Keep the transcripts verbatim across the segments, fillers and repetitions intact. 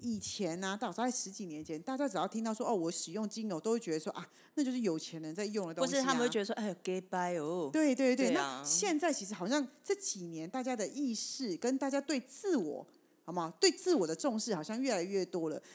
以前呢、啊，到在十几年前，大家只要听到说哦，我使用精油，都会觉得说啊，那就是有钱人在用的东西、啊， 或是他们会觉得说，哎呦 ，gay bye 哦。 对对对， 对啊、 那现在其实好像这几年大家的意识跟大家对自我，好吗？对自我的重视好像越来越多了。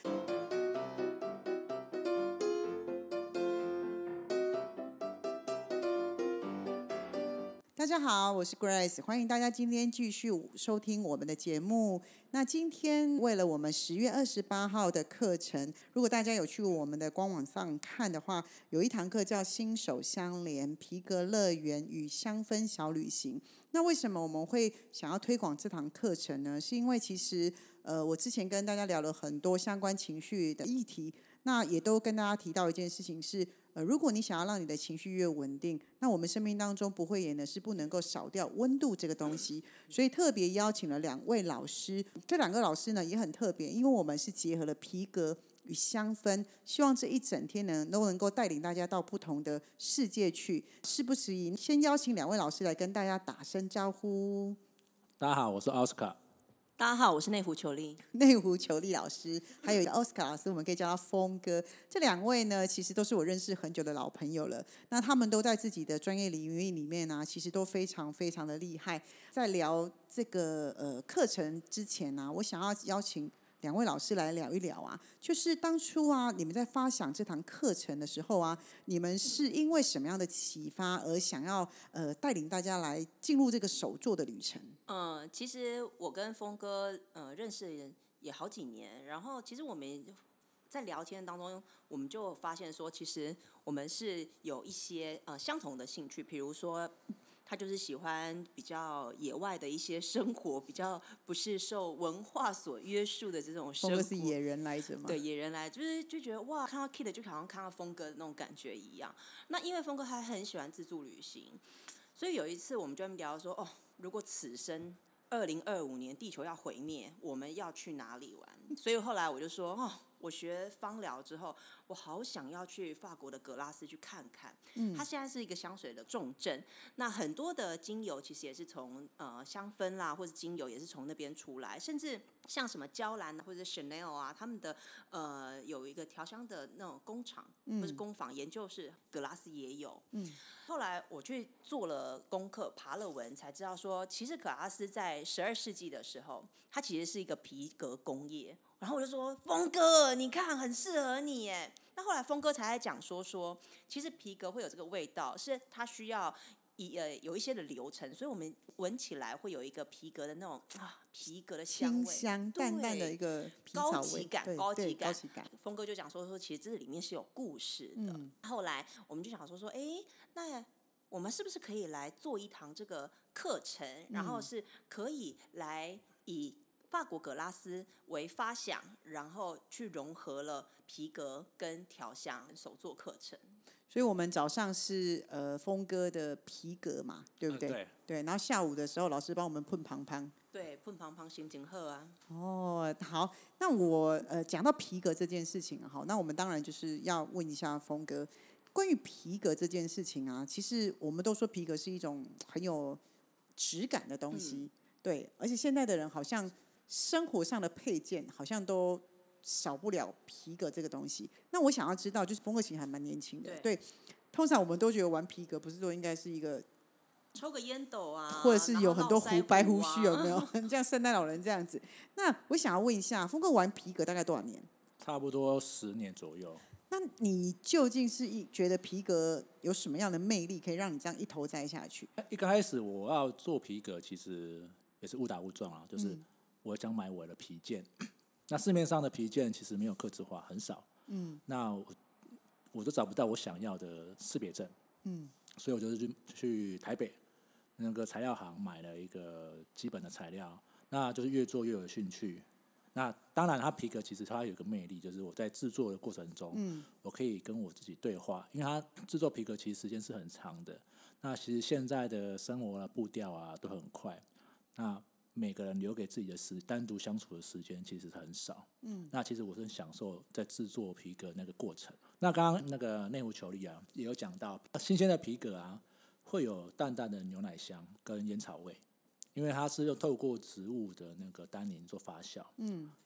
大家好，我是 Grace， 欢迎大家今天继续收听我们的节目。那今天为了我们十月二十八号的课程，如果大家有去我们的官网上看的话，有一堂课叫新手相连皮革乐园与香氛小旅行。那为什么我们会想要推广这堂课程呢？是因为其实呃，我之前跟大家聊了很多相关情绪的议题，那也都跟大家提到一件事情是，呃，如果你想要让你的情绪越稳定，那我们生命当中不会演的是不能够少掉温度这个东西，所以特别邀请了两位老师。这两个老师呢也很特别，因为我们是结合了皮革与香氛，希望这一整天呢都能够带领大家到不同的世界去。事不宜迟，先邀请两位老师来跟大家打声招呼。 大家好，我是奥斯卡。 大家好，我是内湖球丽。 内湖球丽老师，还有奥斯卡老师，我们可以叫他峰哥。这两位呢，其实都是我认识很久的老朋友了。那他们都在自己的专业领域里面呢、啊，其实都非常非常的厉害。在聊这个呃课程之前呢、啊，我想要邀请两位老师来聊一聊啊，就是当初啊，你们在发想这堂课程的时候啊，你们是因为什么样的启发而想要呃带领大家来进入这个手作的旅程？ 嗯、呃，其实我跟峰哥呃认识也好几年，然后其实我们在聊天当中，我们就发现说，其实我们是有一些呃相同的兴趣，比如说。他就是喜欢比较野外的一些生活，比较不是受文化所约束的这种生活。 峰哥是野人来着嘛？ 对，野人来就是就觉得哇，看到 Kid 就好像看到峰哥的那种感觉一样。那因为峰哥他很喜欢自助旅行，所以有一次我们就聊说，哦，如果此生二零二五年地球要毁灭，我们要去哪里玩？所以后来我就说，哦。我学芳疗之后，我好想要去法国的格拉斯去看看。嗯，它现在是一个香水的重镇，那很多的精油其实也是从呃香氛啦，或者精油也是从那边出来，甚至像什么娇兰或者 Chanel 啊，他们的呃有一个调香的那种工厂、嗯、或是工坊研究室，格拉斯也有。嗯，后来我去做了功课，爬了文，才知道说，其实格拉斯在十二世纪的时候，它其实是一个皮革工业。然后我就说，峰哥，你看很适合你耶。那后来峰哥才在讲说说，其实皮革会有这个味道，是它需要一呃有一些的流程，所以我们闻起来会有一个皮革的那种啊皮革的香味， 清香淡淡的一个皮草味， 高级感， 高级感， 高级感。 峰哥就讲说说，其实这里面是有故事的。嗯、后来我们就想说说，哎，那我们是不是可以来做一堂这个课程，然后是可以来以法国格拉斯为发想，然后去融合了皮革跟调香手作课程。 所以我们早上是呃峰哥的皮革嘛，对不对？ 嗯、对对，然后下午的时候老师帮我们喷胖胖。 对，喷胖胖心情好啊。 哦，好，那我呃讲到皮革这件事情啊，好，那我们当然就是要问一下峰哥，关于皮革这件事情啊，其实我们都说皮革是一种很有质感的东西，嗯、对，而且现在的人好像。生活上的配件好像都少不了皮革这个东西。那我想要知道，就是峰哥其实还蛮年轻的，对。对通常我们都觉得玩皮革不是说应该是一个抽个烟斗啊， 或者是有很多胡白胡须，有没有？像圣诞老人这样子。那我想要问一下，峰哥玩皮革大概多少年？ 差不多十年左右。 那你究竟是觉得皮革有什么样的魅力，可以让你这样一头栽下去？ 一开始我要做皮革，其实也是误打误撞啊，就是。嗯我想买我的皮件，那市面上的皮件其实没有客制化，很少。嗯，那我我都找不到我想要的识别证。嗯，所以我就是去去台北那个材料行买了一个基本的材料，那就是越做越有兴趣。那当然，它皮革其实它有一个魅力，就是我在制作的过程中，嗯，我可以跟我自己对话，因为它制作皮革其实时间是很长的。那其实现在的生活啊步调啊都很快，那每个人留给自己的时单独相处的时间其实很少，嗯，那其实我是很享受在制作皮革那个过程。那刚刚那个内湖球丽啊，也有讲到，新鲜的皮革啊，会有淡淡的牛奶香跟烟草味，因为它是用透过植物的那个单宁做发酵，嗯，那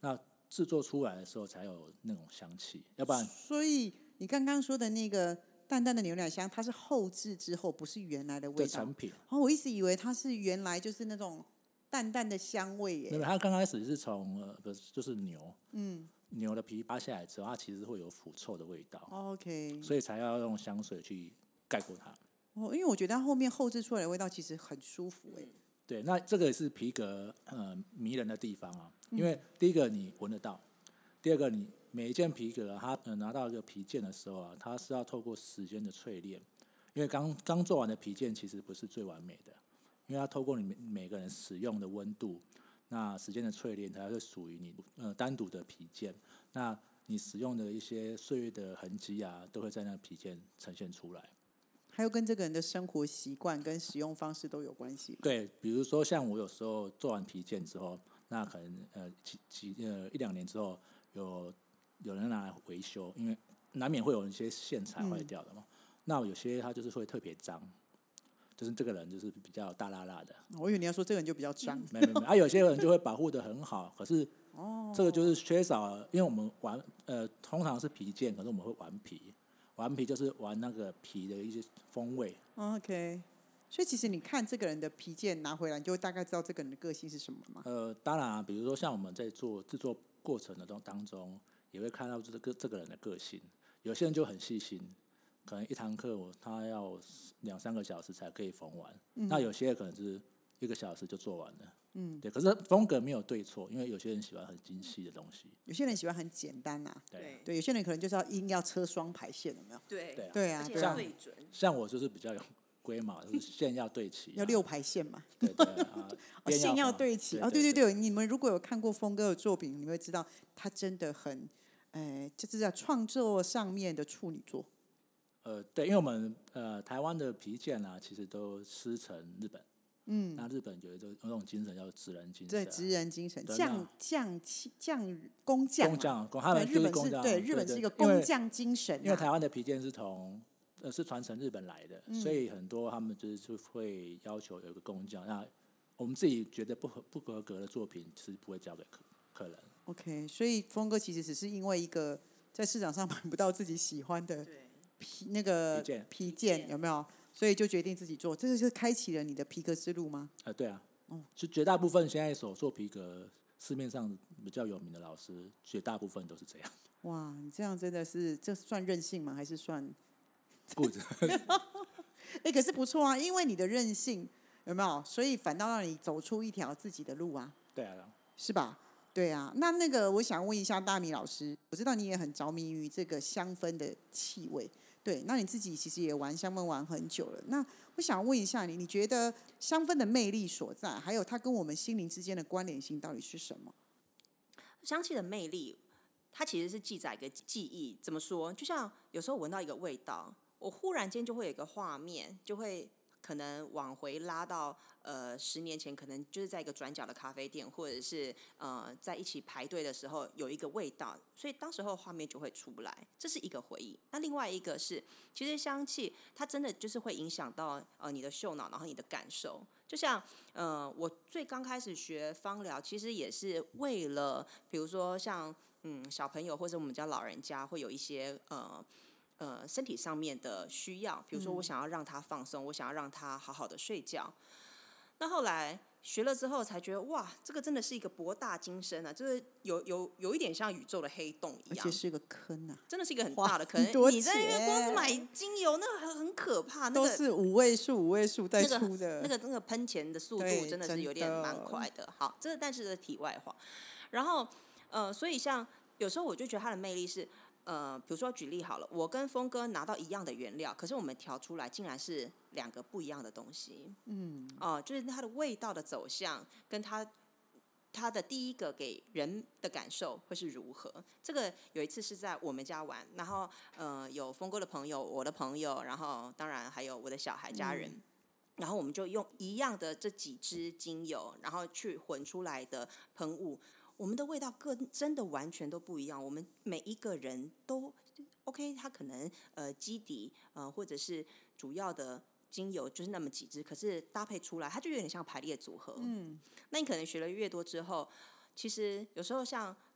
制作出来的时候才有那种香气，要不然。 所以你刚刚说的那个淡淡的牛奶香，它是后制之后，不是原来的味道。 的产品。 然后我一直以为它是原来就是那种淡淡的香味耶。 没有，它刚开始是从呃不是就是牛，嗯，牛的皮扒下来之后，它其实会有腐臭的味道。 OK。 所以才要用香水去盖过它。 哦，因为我觉得它后面后制出来的味道其实很舒服哎。 对，那这个也是皮革呃迷人的地方啊，因为第一个你闻得到，第二个你每一件皮革、啊、它、呃、拿到一个皮件的时候啊，它是要透过时间的淬炼，因为刚刚做完的皮件其实不是最完美的，因为它透过你每个人使用的温度，那时间的淬炼才会属于你呃单独的皮件，那你使用的一些岁月的痕迹啊，都会在那皮件呈现出来。 还有跟这个人的生活习惯跟使用方式都有关系。 对，比如说像我有时候做完皮件之后，那可能呃几几呃一两年之后，有有人拿来维修，因为难免会有一些线材坏掉的嘛。嗯、那有些他就是会特别脏，就是这个人就是比较大辣辣的。 我以为你要说这个人就比较脏。 没没没，啊有些人就会保护得很好，可是这个就是缺少了，因为我们玩呃通常是皮件，可是我们会玩皮。玩皮就是玩那个皮的一些风味。 OK， 所以其实你看这个人的皮件拿回来，你就大概知道这个人的个性是什么吗？ 呃，当然、啊，比如说像我们在做制作过程的当中，也会看到这个这个人的个性。有些人就很细心，可能一堂课他要两三个小时才可以缝完，嗯、那有些人可能是一个小时就做完了。嗯，对，可是风格没有对错，因为有些人喜欢很精细的东西， 有些人喜欢很简单啊。 对对，有些人可能就是要硬要车双排线，有没有？ 对对啊， 对啊， 而且对啊， 对准。 像我就是比较有规嘛，就是线要对齐、啊， 要六排线嘛。 对对啊， 哦、线要对齐。 对对哦，对对对，你们如果有看过峰哥的作品，你会知道他真的很，呃，就是在创作上面的处女座。 呃，对，因为我们呃台湾的皮件啊，其实都师承日本。嗯，那日本有一种有一种精神叫职人精神， 对，职人精神，匠匠匠工匠， 工匠，他们日本是对日本是一个工匠精神、啊， 因为台湾的皮件是从呃是传承日本来的，嗯、所以很多他们就是会要求有一个工匠。那我们自己觉得不合不合格的作品是不会交给客客人。 OK， 所以峰哥其实只是因为一个在市场上买不到自己喜欢的皮那个皮件， 皮件有没有？所以就决定自己做，这就是开启了你的皮革之路吗？ 啊、呃，对啊，嗯，就绝大部分现在所做皮革，市面上比较有名的老师，绝大部分都是这样。 哇，你这样真的是，这算任性吗？还是算固执？ 哎，可是不错啊，因为你的任性有没有？所以反倒让你走出一条自己的路啊。 对啊， 是吧？对啊，那那个我想问一下大米老师，我知道你也很着迷于这个香氛的气味。对，那你自己其实也玩香氛玩很久了。那我想问一下你，你觉得香氛的魅力所在，还有它跟我们心灵之间的关联性到底是什么？ 香气的魅力，它其实是记载一个记忆。怎么说？就像有时候闻到一个味道，我忽然间就会有一个画面，就会可能往回拉到呃十年前，可能就是在一个转角的咖啡店，或者是呃在一起排队的时候有一个味道，所以当时候画面就会出来，这是一个回忆。那另外一个是，其实香气它真的就是会影响到呃你的嗅脑，然后你的感受。就像呃我最刚开始学芳疗，其实也是为了，比如说像嗯小朋友或者我们家老人家会有一些呃。呃，身体上面的需要，比如说我想要让他放松，嗯、我想要让他好好的睡觉。那后来学了之后，才觉得哇，这个真的是一个博大精深啊，就是有有有一点像宇宙的黑洞一样， 而且是个坑啊， 真的是一个很大的坑。你在那边光是买精油，那个很很可怕，那个、都是五位数五位数在出的， 那个那个那个喷钱的速度真的是有点蛮快的。好，这但是的题外话。然后呃，所以像有时候我就觉得它的魅力是。呃，比如说举例好了，我跟峰哥拿到一样的原料，可是我们调出来竟然是两个不一样的东西。嗯，哦、呃，就是它的味道的走向，跟它它的第一个给人的感受会是如何？这个有一次是在我们家玩，然后呃有峰哥的朋友，我的朋友，然后当然还有我的小孩家人。嗯，然后我们就用一样的这几支精油，然后去混出来的喷雾。我们的味道跟真的完全都不一样，我们每一个人都 OK， 它可能呃基底呃或者是主要的精油就是那么几支，可是搭配出来它就有点像排列组合。嗯，那你可能学了越多之后，其实有时候像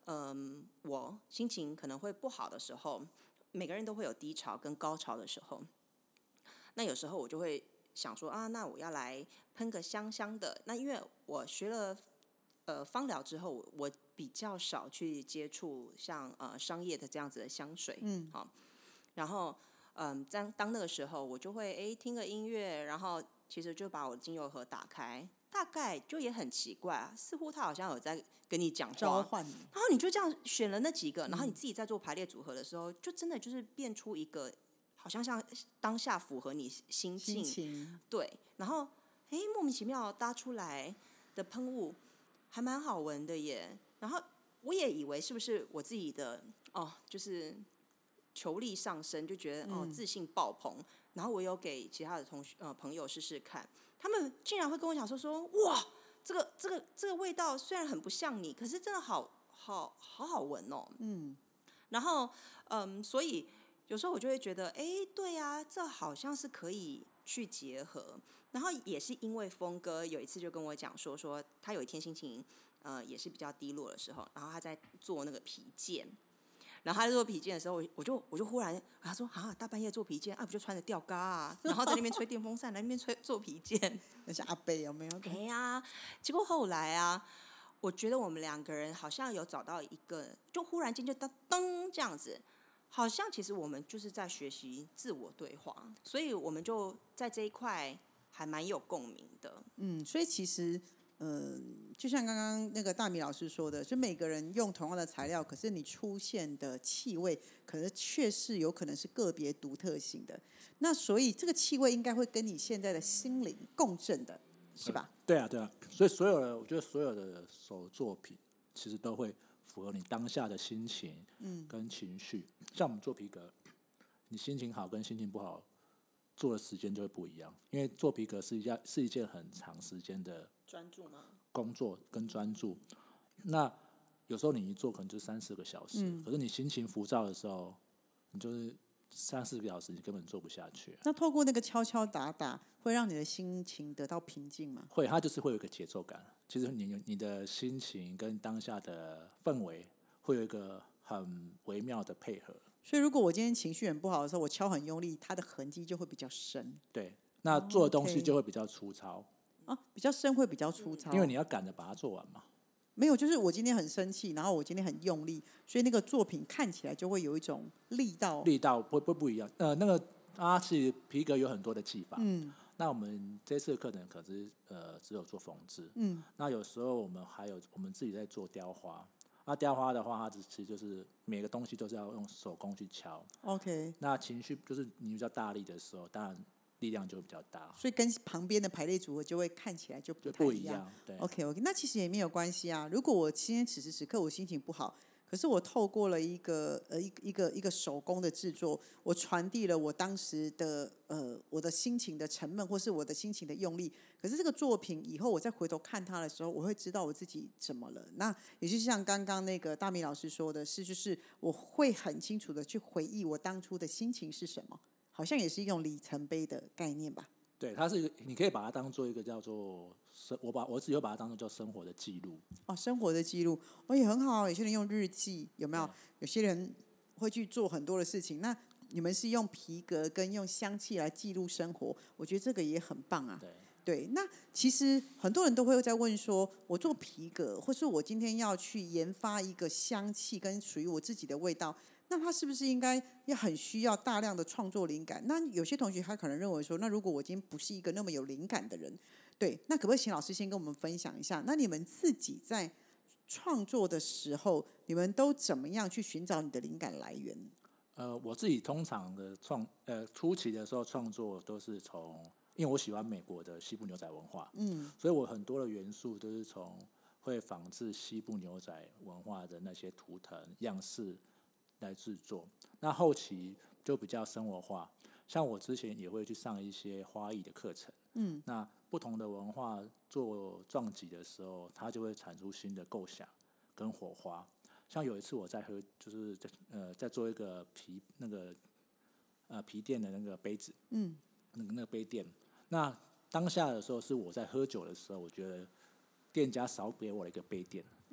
嗯，我心情可能会不好的时候，每个人都会有低潮跟高潮的时候。那有时候我就会想说啊，那我要来喷个香香的。那因为我学了呃芳疗之后，我比较少去接触像呃商业的这样子的香水，嗯，好，然后嗯，当当那个时候，我就会哎听个音乐，然后其实就把我的精油盒打开，大概就也很奇怪啊，似乎他好像有在跟你讲话， 召唤你， 然后你就这样选了那几个，然后你自己在做排列组合的时候，就真的就是变出一个好像像当下符合你心境， 心情对，然后哎莫名其妙搭出来的喷雾还蛮好闻的耶，然后我也以为是不是我自己的哦，就是球力上升，就觉得哦自信爆棚，然后我有给其他的同学呃朋友试试看，他们竟然会跟我讲说说哇，这个这个这个味道虽然很不像你，可是真的好好好好闻哦。嗯，然后嗯，所以有时候我就会觉得，哎，对啊，这好像是可以去结合。然后也是因为峰哥有一次就跟我讲说，说他有一天心情呃也是比较低落的时候，然后他在做那个皮件。然后他在做皮件的时候，我就我就忽然他说啊，大半夜做皮件啊，不就穿着吊嘎啊，然后在那边吹电风扇，在那边吹做皮件， 那是阿贝有没有？ 哎呀，结果后来啊，我觉得我们两个人好像有找到一个，就忽然间就噔噔这样子，好像其实我们就是在学习自我对话，所以我们就在这一块还蛮有共鸣的。 嗯，所以其实，嗯、就像刚刚那个大米老师说的，就每个人用同样的材料，可是你出现的气味，可能确实有可能是个别独特性的。那所以这个气味应该会跟你现在的心灵共振的，是吧？ 呃对啊，对啊，所以所有的，我觉得所有的手作品其实都会符合你当下的心情，嗯，跟情绪。像我们做皮革，你心情好跟心情不好，做的时间就会不一样。因为做皮革是一件是一件很长时间的专注吗？ 工作跟专注。那有时候你一做可能就三四个小时，嗯、可是你心情浮躁的时候，你就是三四个小时你根本做不下去。 那透过那个敲敲打打，会让你的心情得到平静吗？ 会，它就是会有一个节奏感。其实你你的心情跟当下的氛围会有一个很微妙的配合。 所以如果我今天情绪很不好的时候，我敲很用力，它的痕迹就会比较深。 对，那做的东西 OK 就会比较粗糙， 啊，比较深会比较粗糙， 因为你要赶着把它做完嘛。 没有，就是我今天很生气，然后我今天很用力，所以那个作品看起来就会有一种力道。 力道不不不一样。呃，那个它其实皮革有很多的技法。嗯。那我们这次的课程可是呃只有做缝制。嗯。那有时候我们还有我们自己在做雕花。那雕花的话，它其实就是每个东西都是要用手工去敲。 OK。 那情绪就是你比较大力的时候，当然力量就会比较大。 所以跟旁边的排列组合就会看起来就不就太一样。 不一样。对。 OK OK，那其实也没有关系啊。如果我今天此时此刻我心情不好，可是我透过了一个呃一一个一个手工的制作，我传递了我当时的呃我的心情的沉闷，或是我的心情的用力。可是这个作品以后我再回头看它的时候，我会知道我自己怎么了。那也就像刚刚那个大米老师说的是，就是我会很清楚的去回忆我当初的心情是什么，好像也是一种里程碑的概念吧。 对，它是一个，你可以把它当做一个叫做生，我把我自己会把它当做叫生活的记录。 哦，生活的记录，哦也很好。有些人用日记，有没有？有些人会去做很多的事情。那你们是用皮革跟用香气来记录生活，我觉得这个也很棒啊。 对。 对，那其实很多人都会在问说，我做皮革，或是我今天要去研发一个香气跟属于我自己的味道，那他是不是应该要很需要大量的创作灵感？那有些同学他可能认为说，那如果我今天不是一个那么有灵感的人，对，那可不可以请老师先跟我们分享一下？那你们自己在创作的时候，你们都怎么样去寻找你的灵感来源？ 呃，我自己通常的创呃初期的时候创作都是从，因为我喜欢美国的西部牛仔文化，嗯，所以我很多的元素都是从会仿制西部牛仔文化的那些图腾样式来制作。那后期就比较生活化，像我之前也会去上一些花艺的课程，嗯，那不同的文化做撞击的时候，它就会产出新的构想跟火花。像有一次我在喝，就是在呃在做一个皮那个呃皮垫的那个杯子，嗯，那个那个杯垫。那当下的时候是我在喝酒的时候，我觉得店家少给我了一个杯垫，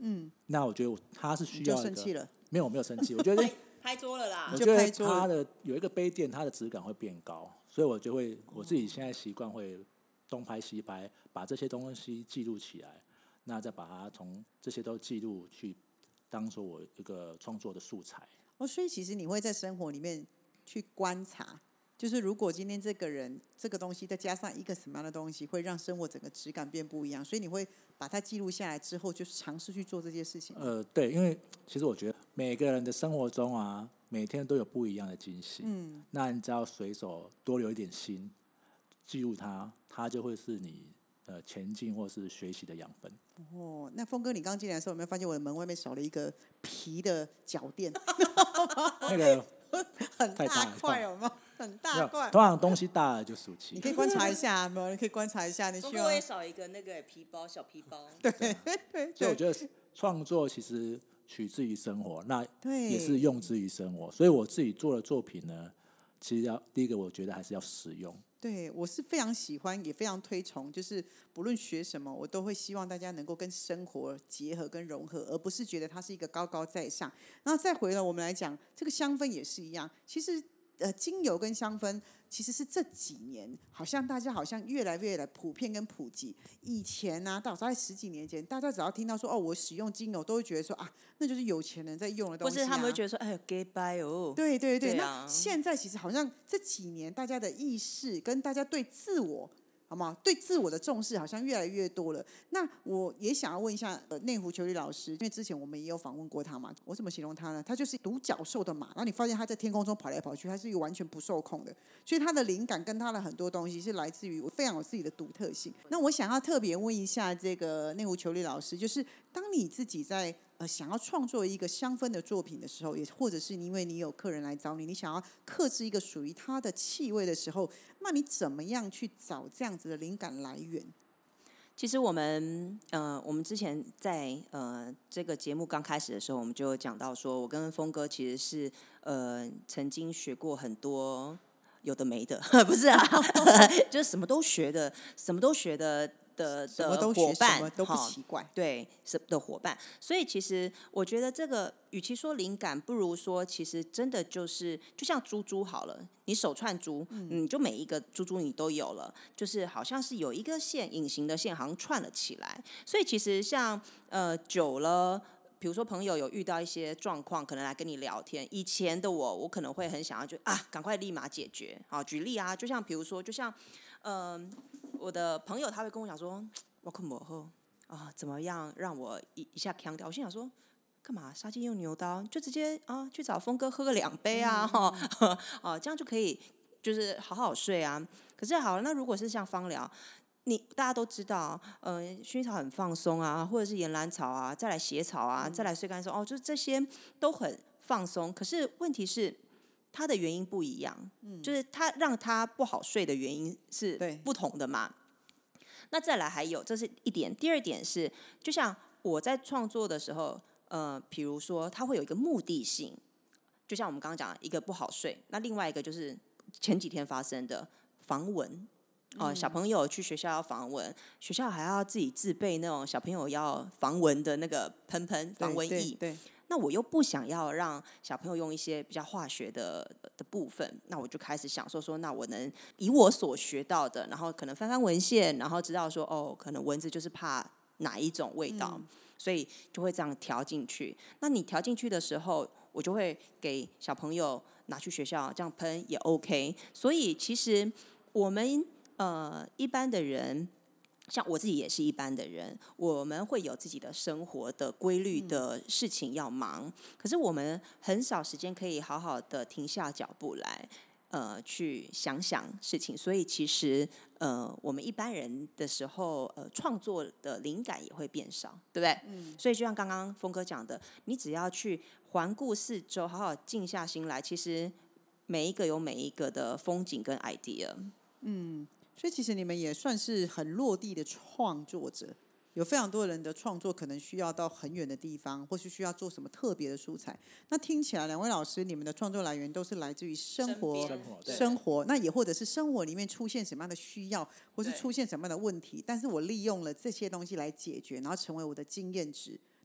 嗯，那我觉得他是需你就要一个生气了， 没有没有生气，我觉得拍桌了啦我。 就觉得拍桌了它的有一个杯垫，它的质感会变高，所以我就会我自己现在习惯会东拍西拍，把这些东西记录起来，那再把它从这些都记录去当做我一个创作的素材。 哦，所以其实你会在生活里面去观察，就是如果今天这个人这个东西再加上一个什么样的东西，会让生活整个质感变不一样，所以你会把它记录下来之后，就是尝试去做这件事情。 呃，对，因为其实我觉得每个人的生活中啊，每天都有不一样的惊喜。嗯，那你只要随手多留一点心，记录它，它就会是你呃前进或是学习的养分。 哦，那峰哥，你刚进来的时候有没有发现我的门外面少了一个皮的脚垫？ 那个很太大了大块，有没有？很没有大块。 通常东西大了就俗气。 你可以观察一下，有没有？你可以观察一下，你需要不过我也少一个那个皮包，小皮包。 对对，所以我觉得创作其实取之于生活，那对也是用之于生活。所以我自己做的作品呢，其实要第一个，我觉得还是要实用。 对，我是非常喜欢，也非常推崇，就是不论学什么，我都会希望大家能够跟生活结合跟融合，而不是觉得它是一个高高在上。然后再回了我们来讲，这个香氛也是一样，其实呃，精油跟香氛其实是这几年好像大家好像越来越来普遍跟普及。以前呢、啊，到在十几年前，大家只要听到说哦，我使用精油，都会觉得说啊，那就是有钱人在用的东西、啊， 或是他们会觉得说，哎，gay bye 哦。 对对对， 对啊那现在其实好像这几年大家的意识跟大家对自我，好吗？对自我的重视好像越来越多了。那我也想要问一下呃内湖球里老师，因为之前我们也有访问过他嘛，我怎么形容他呢？他就是独角兽的马，然后你发现他在天空中跑来跑去，他是一个完全不受控的，所以他的灵感跟他的很多东西是来自于非常有自己的独特性。那我想要特别问一下这个内湖球里老师，就是当你自己在呃，想要创作一个香氛的作品的时候，也或者是因为你有客人来找你，你想要克制一个属于他的气味的时候，那你怎么样去找这样子的灵感来源？ 其实我们呃，我们之前在呃这个节目刚开始的时候，我们就有讲到说，我跟峰哥其实是呃曾经学过很多有的没的，不是啊，就是什么都学的，什么都学的。的什么都学， 伙伴什么都不奇怪。 对，是的伙伴。所以其实我觉得这个，与其说灵感，不如说其实真的就是就像珠珠好了，你手串珠，嗯，你就每一个珠珠你都有了，就是好像是有一个线，隐形的线，好像串了起来。所以其实像呃久了。比如说朋友有遇到一些状况，可能来跟你聊天。以前的我，我可能会很想要就啊，赶快立马解决。好，举例啊，就像比如说，就像嗯、呃，我的朋友他会跟我讲说，我困不好啊，怎么样让我一一下扛掉？我心想说，干嘛杀鸡用牛刀？就直接啊去找峰哥喝个两杯啊，哈、嗯，啊这样就可以，就是好好睡啊。可是好，那如果是像芳疗。你大家都知道，呃，薰衣草很放松啊，或者是岩兰草啊，再来血草啊，嗯、再来碎干松，哦，就是这些都很放松。可是问题是，它的原因不一样，嗯、就是它让它不好睡的原因是不同的嘛。那再来还有，这是一点。第二点是，就像我在创作的时候，呃，比如说它会有一个目的性，就像我们刚刚讲，一个不好睡，那另外一个就是前几天发生的防蚊。哦，小朋友去学校要防蚊，学校还要自己自备那种小朋友要防蚊的那个喷喷防蚊液。 对， 那我又不想要让小朋友用一些比较化学的的部分，那我就开始想说说，那我能以我所学到的，然后可能翻翻文献，然后知道说哦，可能蚊子就是怕哪一种味道，嗯、所以就会这样调进去。那你调进去的时候，我就会给小朋友拿去学校这样喷也 OK。所以其实我们。呃，一般的人，像我自己也是一般的人，我们会有自己的生活的规律的事情要忙，嗯、可是我们很少时间可以好好的停下脚步来，呃，去想想事情。所以其实，呃，我们一般人的时候，呃，创作的灵感也会变少，对不对？嗯。所以就像刚刚峰哥讲的，你只要去环顾四周，好好静下心来，其实每一个有每一个的风景跟 idea。 嗯。所以其实你们也算是很落地的创作者，有非常多人的创作可能需要到很远的地方，或是需要做什么特别的素材。那听起来两位老师你们的创作来源都是来自于生活， 生活， 生活那也或者是生活里面出现什么样的需要，或是出现什么样的问题，但是我利用了这些东西来解决，然后成为我的经验值。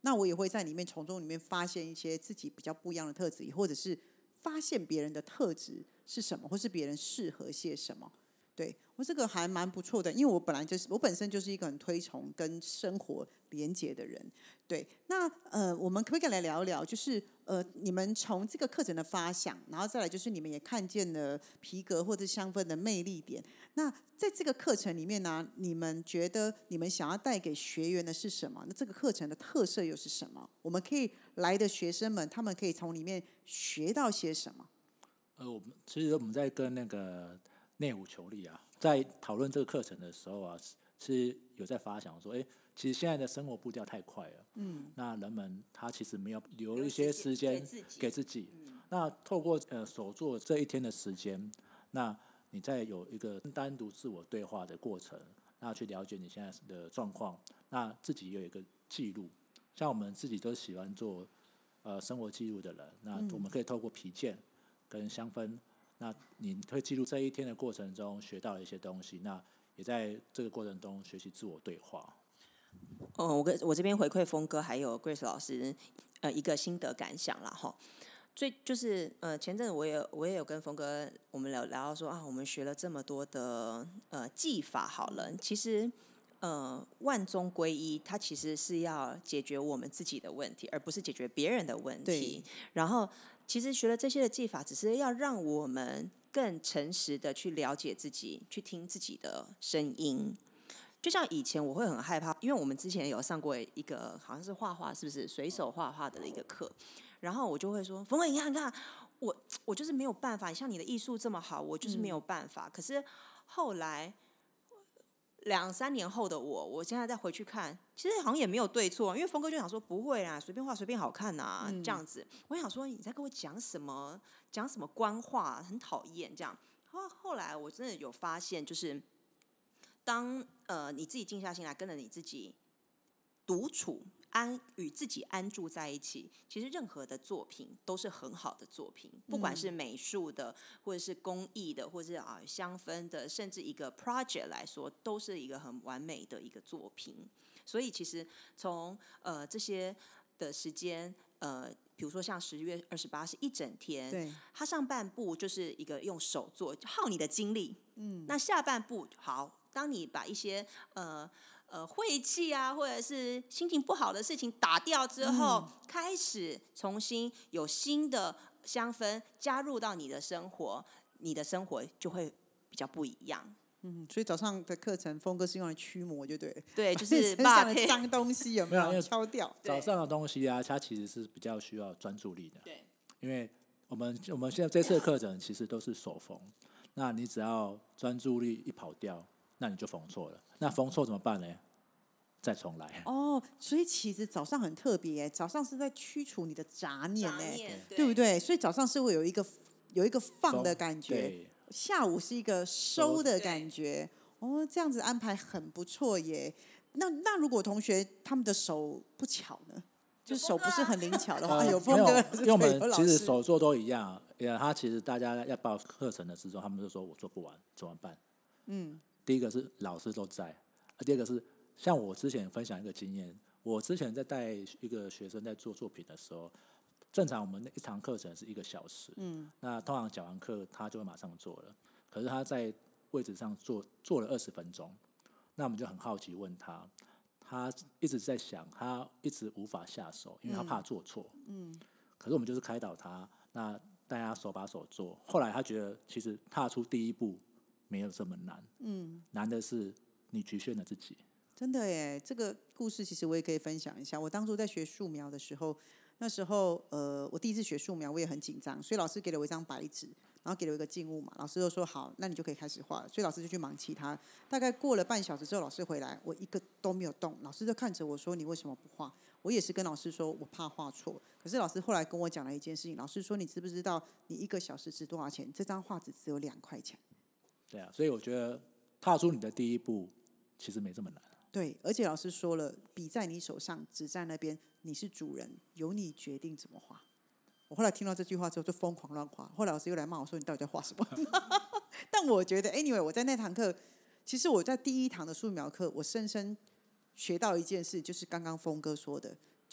那我也会在里面从中里面发现一些自己比较不一样的特质，或者是发现别人的特质是什么，或是别人适合些什么。对，我这个还蛮不错的，因为我本来就是我本身就是一个很推崇跟生活连结的人。对，那呃，我们可不可以来聊一聊，就是呃，你们从这个课程的发想，然后再来就是你们也看见了皮革或者香氛的魅力点。那在这个课程里面呢，你们觉得你们想要带给学员的是什么？那这个课程的特色又是什么？我们可以来的学生们，他们可以从里面学到些什么？ 呃，我们其实我们在跟那个内湖球力啊，在讨论这个课程的时候啊，其实有在发想说，哎，其实现在的生活步调太快了，嗯，那人们他其实没有留一些时间给自己，嗯、那透过呃手作这一天的时间，那你再有一个单独自我对话的过程，那去了解你现在的状况，那自己有一个记录，像我们自己都喜欢做呃生活记录的人，那我们可以透过皮件跟香氛。那你会记录这一天的过程中学到了一些东西，那也在这个过程中学习自我对话。 哦，我跟我这边回馈峰哥还有 Grace 老师，呃，一个心得感想啦哈。最就是呃，前阵子我也我也有跟峰哥我们聊聊到说啊，我们学了这么多的呃技法，好了，其实呃万中归一，它其实是要解决我们自己的问题，而不是解决别人的问题。然后。其实学了这些的技法，只是要让我们更诚实的去了解自己，去听自己的声音。就像以前我会很害怕，因为我们之前有上过一个好像是画画，是不是随手画画的一个课，然后我就会说，冯伟，你看，你看，我我就是没有办法，像你的艺术这么好，我就是没有办法。嗯、可是后来。两三年后的我，我现在再回去看，其实好像也没有对错，因为峰哥就想说不会啦，随便画随便好看啊，嗯、这样子。我想说你在跟我讲什么，讲什么官话，很讨厌这样。后后来我真的有发现，就是当呃你自己静下心来，跟着你自己独处。安与自己安住在一起，其实任何的作品都是很好的作品，不管是美术的，或者是工艺的，或者是啊香氛的，甚至一个 project 来说，都是一个很完美的一个作品。所以其实从呃这些的时间，呃，比如说像十月二十八是一整天， 对， 它上半部就是一个用手做，耗你的精力，嗯，那下半部好，当你把一些呃。呃，晦气啊，或者是心情不好的事情打掉之后，嗯、开始重新有新的香氛加入到你的生活，你的生活就会比较不一样。 嗯，所以早上的课程，峰哥是用来驱魔，就对了。 对，就是身上的脏东西有没有有敲掉？ 早上的东西啊，它其实是比较需要专注力的。 对， 因为我们我们现在这次的课程其实都是手缝，那你只要专注力一跑掉，那你就缝错了。那缝错怎么办呢？再重来哦，所以其实早上很特别，早上是在驱除你的杂念， 杂念对, 对不对？所以早上是会有一个有一个放的感觉， 下午是一个收的感觉。哦，这样子安排很不错耶。那那如果同学他们的手不巧呢，就手不是很灵巧的话， 呃、 有峰哥， 因为我们其实手做都一样，他其实大家要报课程的时候，他们就说我做不完，怎么办？嗯，第一个是老师都在，第二个是。像我之前分享一个经验，我之前在带一个学生在做作品的时候，正常我们一堂课程是一个小时，嗯，那通常讲完课他就会马上做了，可是他在位置上坐坐了二十分钟，那我们就很好奇问他，他一直在想，他一直无法下手，因为他怕做错，嗯，可是我们就是开导他，那大家手把手做，后来他觉得其实踏出第一步没有这么难，嗯，难的是你局限了自己。 真的耶，这个故事其实我也可以分享一下。我当初在学素描的时候，那时候呃，我第一次学素描，我也很紧张，所以老师给了我一张白纸，然后给了我一个静物嘛，老师就说好，那你就可以开始画了。所以老师就去忙其他。大概过了半小时之后，老师回来，我一个都没有动，老师就看着我说：“你为什么不画？”我也是跟老师说，我怕画错。可是老师后来跟我讲了一件事情，老师说：“你知不知道你一个小时值多少钱？这张画纸只有两块钱。” 对啊，所以我觉得踏出你的第一步，其实没这么难。 对，而且老师说了，笔在你手上，纸在那边，你是主人，由你决定怎么画。我后来听到这句话之后，就疯狂乱画。后来老师又来骂我说：“你到底在画什么？”但我觉得 ，anyway， 我在那堂课，其实我在第一堂的素描课，我深深学到一件事，就是刚刚峰哥说的，就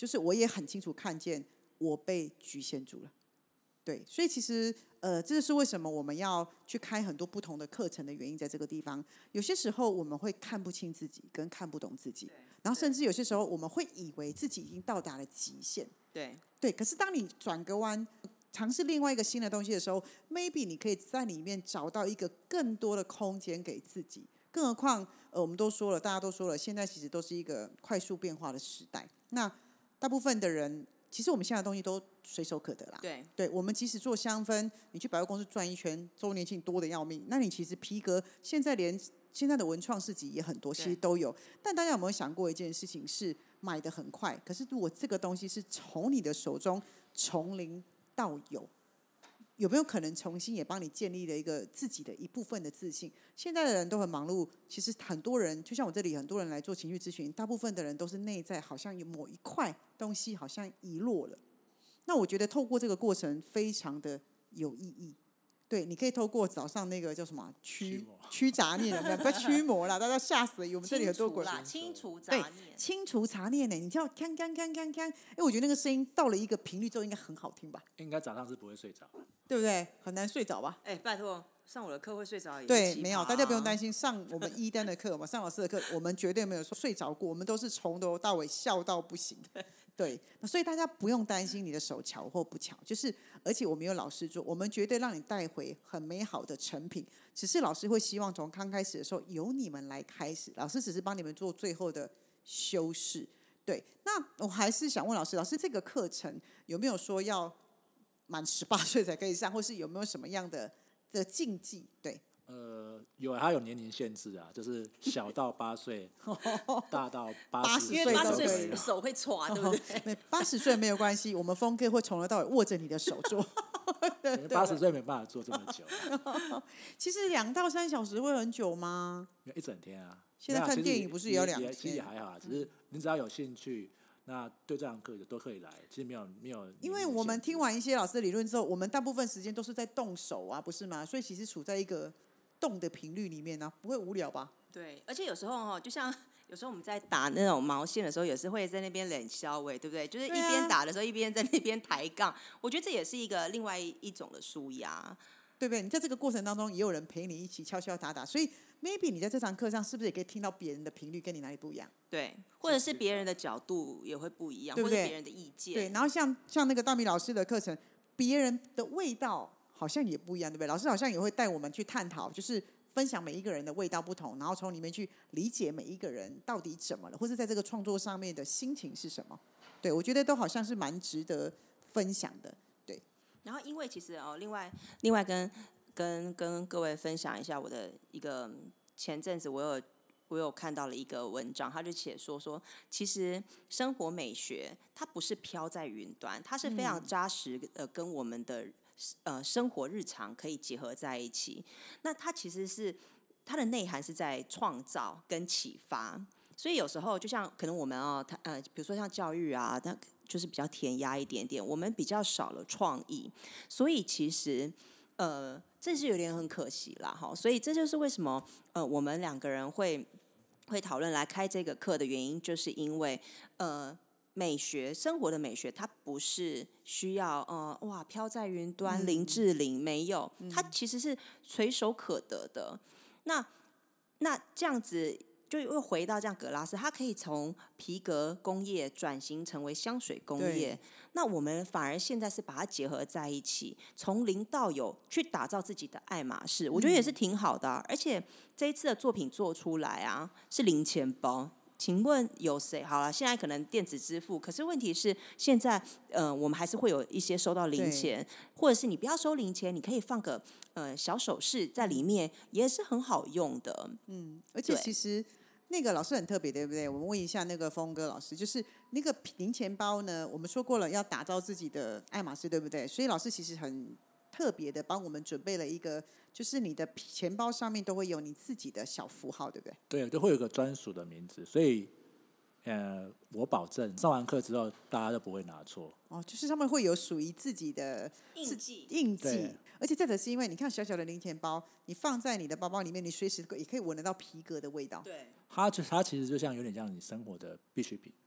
就是我也很清楚看见我被局限住了。对，所以其实呃，这是为什么我们要去开很多不同的课程的原因，在这个地方。有些时候我们会看不清自己，跟看不懂自己，然后甚至有些时候我们会以为自己已经到达了极限。 对对，可是当你转个弯，尝试另外一个新的东西的时候 ，maybe 你可以在里面找到一个更多的空间给自己。更何况，呃，我们都说了，大家都说了，现在其实都是一个快速变化的时代。那大部分的人，其实我们现在的东西都随手可得啦。 对， 对，我们即使做香氛，你去百货公司转一圈，周年庆多的要命。那你其实皮革，现在连现在的文创市集也很多，其实都有。但大家有没有想过一件事情是，买的很快，可是如果这个东西是从你的手中从零到有，有没有可能重新也帮你建立了一个自己的一部分的自信？现在的人都很忙碌，其实很多人，就像我这里很多人来做情绪咨询，大部分的人都是内在好像有某一块东西好像遗落了。那我觉得透过这个过程非常的有意义。对，你可以透过早上那个叫什么驱驱杂念，不要驱魔啦，大家吓死了。我们这里很多鬼清除杂念， 清除杂念呢。你知道，锵锵锵锵锵，哎，我觉得那个声音到了一个频率之后，应该很好听吧？ 应该早上是不会睡着， 对不对？很难睡着吧？ 哎，拜托，上我的课会睡着也是对， 奇葩啊没有，大家不用担心。上我们一登的课，我们上老师的课，我们绝对没有说睡着过，我们都是从头到尾笑到不行。对，所以大家不用担心你的手巧或不巧，就是而且我们有老师做，我们绝对让你带回很美好的成品。只是老师会希望从刚开始的时候由你们来开始，老师只是帮你们做最后的修饰。对，那我还是想问老师，老师这个课程有没有说要满十八岁才可以上，或是有没有什么样的的禁忌？对。 呃，有，它有年龄限制啊，就是小到八岁，大到八十岁， 因为八十都可以岁手会抓，对不对？ 八十岁没有关系，我们峰哥会从头到尾握着你的手做。 八十岁没办法做这么久。 其实两到三小时会很久吗？ 一整天啊。 现在看电影不是也要两天？ 其实也还好，只是你只要有兴趣。那对这堂课都可以来，其实没有没有。 因为我们听完一些老师的理论之后，我们大部分时间都是在动手啊，不是吗？所以其实处在一个动的频率里面呢、啊，不会无聊吧？ 对，而且有时候哈，就像有时候我们在打那种毛线的时候，也是会在那边冷笑味，对不对？就是一边打的时候，一边在那边抬杠。我觉得这也是一个另外一种的抒压， 对不对？你在这个过程当中，也有人陪你一起敲敲打打，所以 maybe 你在这堂课上是不是也可以听到别人的频率跟你哪里不一样？ 对，或者是别人的角度也会不一样， 对不对？ 或者别人的意见。 对，然后像像那个大米老师的课程，别人的味道好像也不一样，对不对？老师好像也会带我们去探讨，就是分享每一个人的味道不同，然后从里面去理解每一个人到底怎么了，或是在这个创作上面的心情是什么。对，我觉得都好像是蛮值得分享的。对。 然后因为其实哦，另外另外跟跟跟各位分享一下我的一个前阵子我有我有看到了一个文章，他就写说说，其实生活美学它不是飘在云端，它是非常扎实的跟我们的呃生活日常可以结合在一起。那它其实是它的内涵是在创造跟启发。所以有时候就像可能我们哦，呃，比如说像教育啊，它就是比较填鸭一点点，我们比较少了创意，所以其实呃这是有点很可惜啦哈。所以这就是为什么呃我们两个人会会讨论来开这个课的原因，就是因为呃美学生活的美学，它不是需要呃哇飘在云端林志玲，没有，它其实是垂手可得的。那那这样子。就又回到这样格拉斯，它可以从皮革工业转型成为香水工业。那我们反而现在是把它结合在一起，从零到有去打造自己的爱马仕，我觉得也是挺好的、啊嗯。而且这一次的作品做出来啊，是零钱包。请问有谁？好了，现在可能电子支付，可是问题是现在呃，我们还是会有一些收到零钱，或者是你不要收零钱，你可以放个呃小首饰在里面，也是很好用的。 嗯，而且其实。那个老师很特别，对不对？我们问一下那个峰哥老师，就是那个零钱包呢，我们说过了要打造自己的爱马仕，对不对？所以老师其实很特别的帮我们准备了一个，就是你的钱包上面都会有你自己的小符号，对不对？ 对，都会有一个专属的名字，所以呃，我保证上完课之后大家都不会拿错。 哦，就是上面会有属于自己的印记， 印记。而且再者是因为你看小小的零钱包，你放在你的包包里面，你随时也可以闻得到皮革的味道。 对， 它就它其实就像有点像你生活的必需品。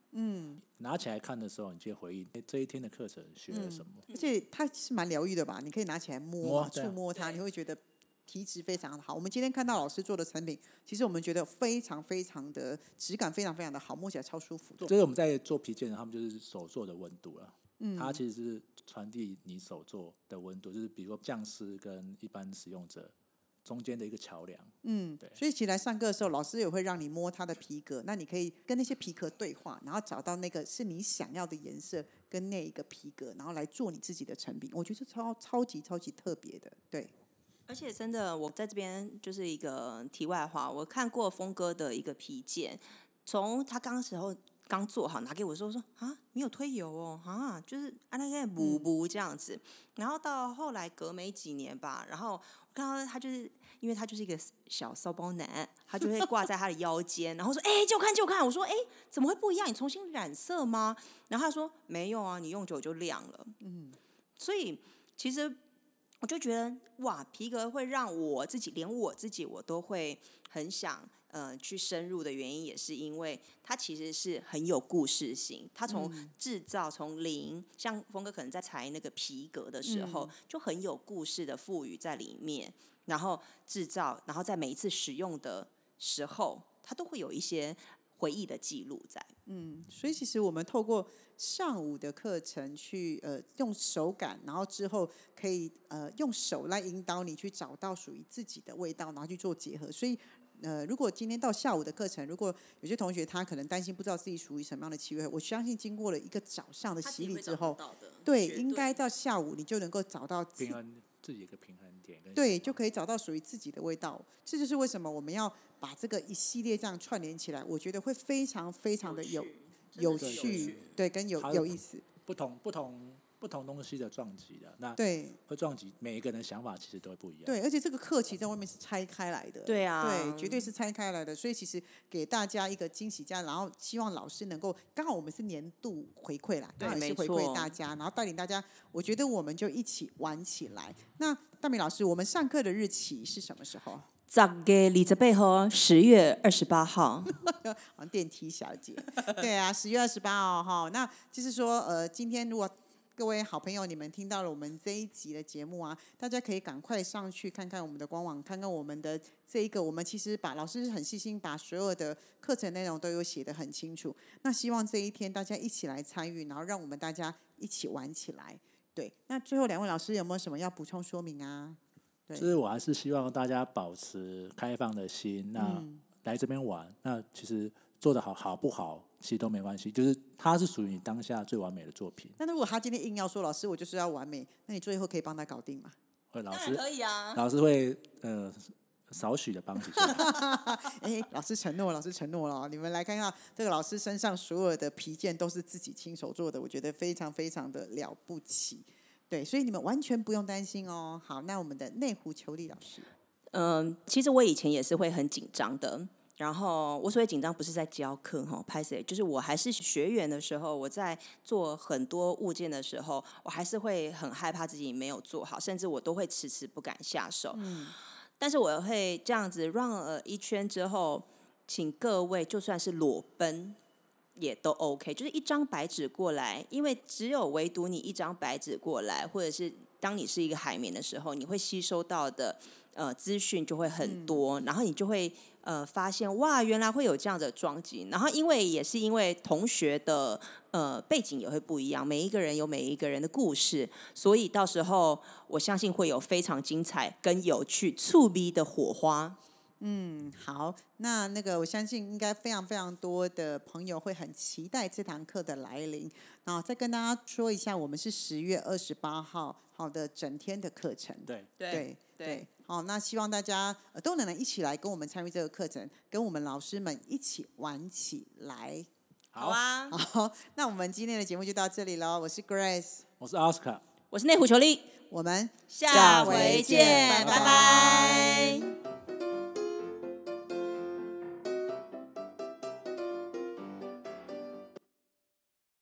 嗯，拿起来看的时候，你就回忆，哎，这一天的课程学了什么？ 嗯、而且它是蛮疗愈的吧？你可以拿起来摸、 摸触摸它，你会觉得体质非常好。我们今天看到老师做的成品，其实我们觉得非常非常的质感非常非常的好，摸起来超舒服。 这是我们在做皮件，他们就是手做的温度了。嗯，它其实是传递你手做的温度，就是比如说匠师跟一般使用者中间的一个桥梁。 嗯，对。所以其实来上课的时候，老师也会让你摸它的皮革，那你可以跟那些皮革对话，然后找到那个是你想要的颜色跟那一个皮革，然后来做你自己的成品。我觉得超超级超级特别的，对。 而且真的，我在这边就是一个题外话，我看过峰哥的一个皮件，从他刚时候刚做好拿给我的时候说啊，没有推油哦，啊，就是啊那个补补这样子，然后到后来隔没几年吧，然后我看到他就是因为他就是一个小骚包男，他就会挂在他的腰间，然后说哎、欸，就看就看，我说哎、欸，怎么会不一样？你重新染色吗？然后他说没有啊，你用久就亮了。嗯，所以其实。我就觉得哇，皮革会让我自己，连我自己我都会很想呃去深入的原因，也是因为它其实是很有故事性。它从制造从零，像峰哥可能在裁那个皮革的时候，嗯、就很有故事的赋予在里面，然后制造，然后在每一次使用的时候，它都会有一些回忆的记录在。 嗯，所以其实我们透过上午的课程去呃用手感，然后之后可以呃用手来引导你去找到属于自己的味道，然后去做结合。所以呃，如果今天到下午的课程，如果有些同学他可能担心不知道自己属于什么样的气味，我相信经过了一个早上的洗礼之后，对，应该到下午你就能够找到平衡自己一个平衡点， 对，就可以找到属于自己的味道。这就是为什么我们要把这个一系列这样串联起来，我觉得会非常非常的有有趣，对，跟有有意思。 不同不同不同东西的撞击的，那对会撞击每一个人的想法其实都会不一样。 对，而且这个课其实在外面是拆开来的。 对啊， 对，绝对是拆开来的。所以其实给大家一个惊喜价，然后希望老师能够，刚好我们是年度回馈啦，刚好也是回馈大家，然后带领大家，我觉得我们就一起玩起来。那大米老师，我们上课的日期是什么时候？ 十月二十八号，十月二十八号， 好像电梯小姐。对啊，十月二十八号哈。那就是说，呃，今天如果各位好朋友，你们听到了我们这一集的节目啊，大家可以赶快上去看看我们的官网，看看我们的这一个，我们其实把老师很细心，把所有的课程内容都有写得很清楚。那希望这一天大家一起来参与，然后让我们大家一起玩起来。对，那最后两位老师有没有什么要补充说明啊？ 就是我还是希望大家保持开放的心，那来这边玩，那其实做得好好不好，其实都没关系，就是它是属于你当下最完美的作品。 那如果他今天硬要说老师我就是要完美，那你最后可以帮他搞定吗？ 会，老师可以啊， 老师会呃少许的帮几下。 哎，老师承诺，老师承诺了，你们来看看这个老师身上所有的皮件都是自己亲手做的，我觉得非常非常的了不起。对，所以你们完全不用担心哦。好，那我们的内湖裘丽老师， 嗯、呃，其实我以前也是会很紧张的。然后我所谓紧张不是在教课哈，拍摄就是我还是学员的时候，我在做很多物件的时候，我还是会很害怕自己没有做好，甚至我都会迟迟不敢下手。嗯，但是我会这样子 run 了一圈之后，请各位就算是裸奔也都 OK， 就是一张白纸过来，因为只有唯独你一张白纸过来，或者是当你是一个海绵的时候，你会吸收到的呃资讯就会很多，嗯、然后你就会呃发现哇，原来会有这样的撞击。然后因为也是因为同学的呃背景也会不一样，每一个人有每一个人的故事，所以到时候我相信会有非常精彩跟有趣、触逼的火花。 嗯，好，那那个我相信应该非常非常多的朋友会很期待这堂课的来临。然后再跟大家说一下，我们是十月二十八号好的整天的课程。 对对对, 对好，那希望大家都能一起来跟我们参与这个课程，跟我们老师们一起玩起来。 好啊， 好，那我们今天的节目就到这里了。我是 Grace， 我是 Oscar， 我是内湖裘丽， 我们下回见，拜拜。